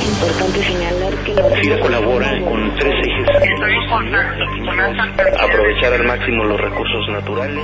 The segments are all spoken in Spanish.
importante señalar que la FIRA colabora con 3 ejes. Aprovechar al máximo los recursos naturales.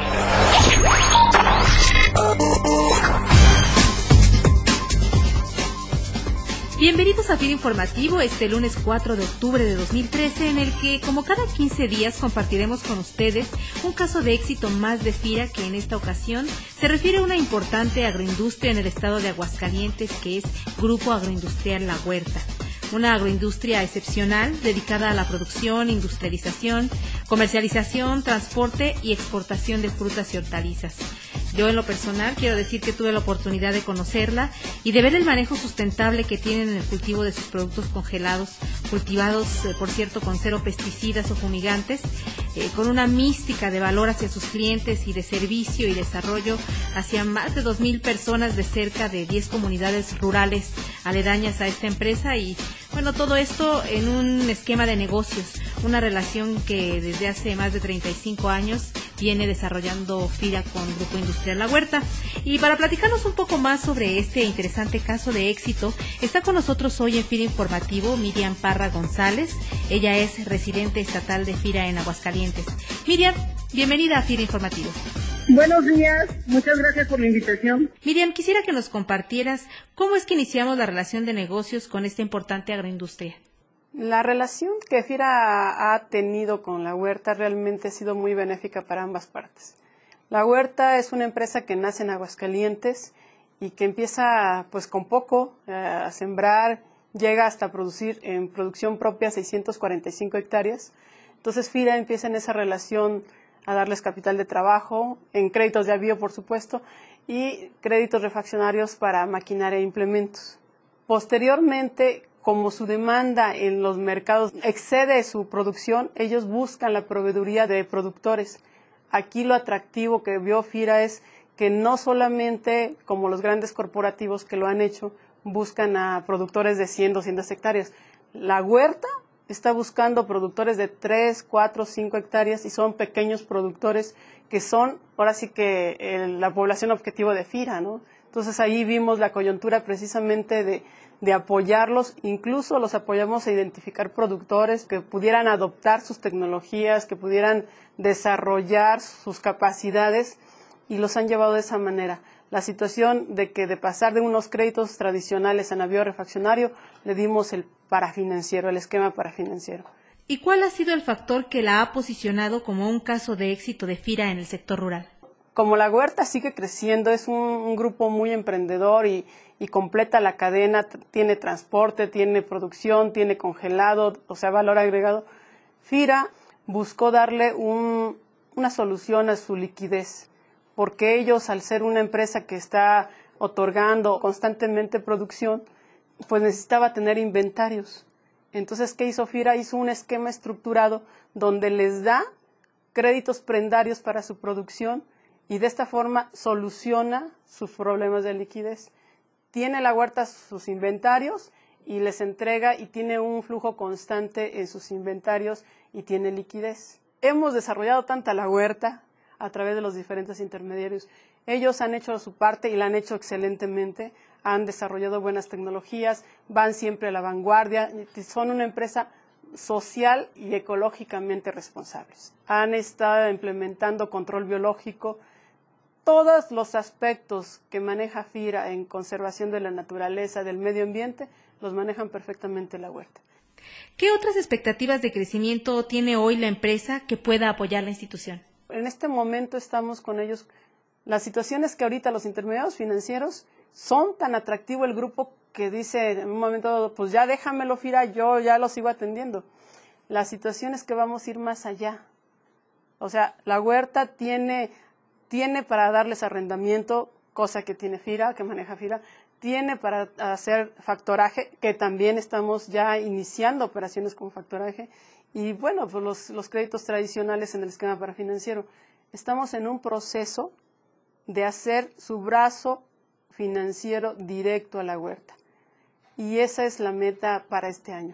Bienvenidos a FIRA Informativo, este lunes 4 de octubre de 2013, en el que, como cada 15 días, compartiremos con ustedes un caso de éxito más de FIRA, que en esta ocasión se refiere a una importante agroindustria en el estado de Aguascalientes, que es Grupo Agroindustrial La Huerta. Una agroindustria excepcional dedicada a la producción, industrialización, comercialización, transporte y exportación de frutas y hortalizas. Yo, en lo personal, quiero decir que tuve la oportunidad de conocerla y de ver el manejo sustentable que tienen en el cultivo de sus productos congelados, cultivados, por cierto, con 0 pesticidas o fumigantes, con una mística de valor hacia sus clientes y de servicio y desarrollo hacia más de 2,000 personas de cerca de 10 comunidades rurales aledañas a esta empresa y, bueno, todo esto en un esquema de negocios, una relación que desde hace más de 35 años viene desarrollando FIRA con Grupo Industrial La Huerta. Y para platicarnos un poco más sobre este interesante caso de éxito, está con nosotros hoy en FIRA Informativo Miriam Parra González. Ella es residente estatal de FIRA en Aguascalientes. Miriam, bienvenida a FIRA Informativo. Buenos días, muchas gracias por la invitación. Miriam, quisiera que nos compartieras cómo es que iniciamos la relación de negocios con esta importante agroindustria. La relación que FIRA ha tenido con La Huerta realmente ha sido muy benéfica para ambas partes. La Huerta es una empresa que nace en Aguascalientes y que empieza pues con poco a sembrar, llega hasta producir en producción propia 645 hectáreas. Entonces FIRA empieza en esa relación a darles capital de trabajo, en créditos de avío por supuesto, y créditos refaccionarios para maquinaria e implementos. Posteriormente, como su demanda en los mercados excede su producción, ellos buscan la proveeduría de productores. Aquí lo atractivo que vio FIRA es que no solamente, como los grandes corporativos que lo han hecho, buscan a productores de 100, 200 hectáreas. La Huerta está buscando productores de 3, 4, 5 hectáreas y son pequeños productores que son, ahora sí que la población objetivo de FIRA, ¿no? Entonces ahí vimos la coyuntura precisamente de apoyarlos, incluso los apoyamos a identificar productores que pudieran adoptar sus tecnologías, que pudieran desarrollar sus capacidades y los han llevado de esa manera. La situación de que de pasar de unos créditos tradicionales a navío refaccionario, le dimos el parafinanciero, el esquema parafinanciero. ¿Y cuál ha sido el factor que la ha posicionado como un caso de éxito de FIRA en el sector rural? Como La Huerta sigue creciendo, es un grupo muy emprendedor y completa la cadena, tiene transporte, tiene producción, tiene congelado, o sea, valor agregado. FIRA buscó darle una solución a su liquidez, porque ellos, al ser una empresa que está otorgando constantemente producción, pues necesitaba tener inventarios. Entonces, ¿qué hizo FIRA? Hizo un esquema estructurado donde les da créditos prendarios para su producción y de esta forma soluciona sus problemas de liquidez. Tiene La Huerta sus inventarios y les entrega y tiene un flujo constante en sus inventarios y tiene liquidez. Hemos desarrollado tanta La Huerta a través de los diferentes intermediarios. Ellos han hecho su parte y la han hecho excelentemente, han desarrollado buenas tecnologías, van siempre a la vanguardia, son una empresa social y ecológicamente responsables. Han estado implementando control biológico. Todos los aspectos que maneja FIRA en conservación de la naturaleza, del medio ambiente, los manejan perfectamente La Huerta. ¿Qué otras expectativas de crecimiento tiene hoy la empresa que pueda apoyar la institución? En este momento estamos con ellos. La situación es que ahorita los intermediarios financieros son tan atractivo el grupo que dice en un momento dado, pues ya déjamelo FIRA, yo ya lo sigo atendiendo. La situación es que vamos a ir más allá. O sea, La Huerta tiene para darles arrendamiento, cosa que tiene FIRA, que maneja FIRA, tiene para hacer factoraje, que también estamos ya iniciando operaciones con factoraje, y bueno, pues los créditos tradicionales en el esquema parafinanciero. Estamos en un proceso de hacer su brazo financiero directo a La Huerta, y esa es la meta para este año.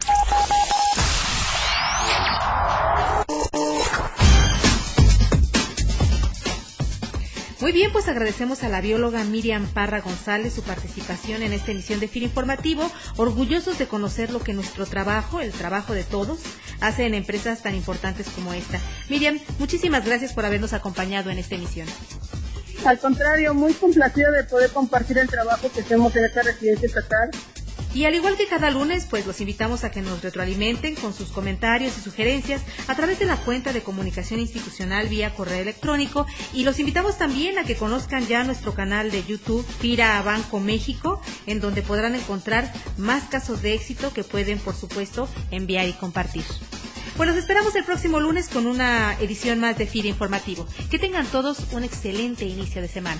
Muy bien, pues agradecemos a la bióloga Miriam Parra González su participación en esta emisión de FIRA Informativo, orgullosos de conocer lo que nuestro trabajo, el trabajo de todos, hace en empresas tan importantes como esta. Miriam, muchísimas gracias por habernos acompañado en esta emisión. Al contrario, muy complacida de poder compartir el trabajo que hacemos en esta residencia estatal. Y al igual que cada lunes, pues los invitamos a que nos retroalimenten con sus comentarios y sugerencias a través de la cuenta de comunicación institucional vía correo electrónico, y los invitamos también a que conozcan ya nuestro canal de YouTube FIRA Banco México, en donde podrán encontrar más casos de éxito que pueden, por supuesto, enviar y compartir. Pues los esperamos el próximo lunes con una edición más de FIRA Informativo. Que tengan todos un excelente inicio de semana.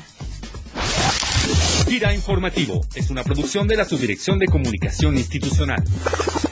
FIRA Informativo es una producción de la Subdirección de Comunicación Institucional.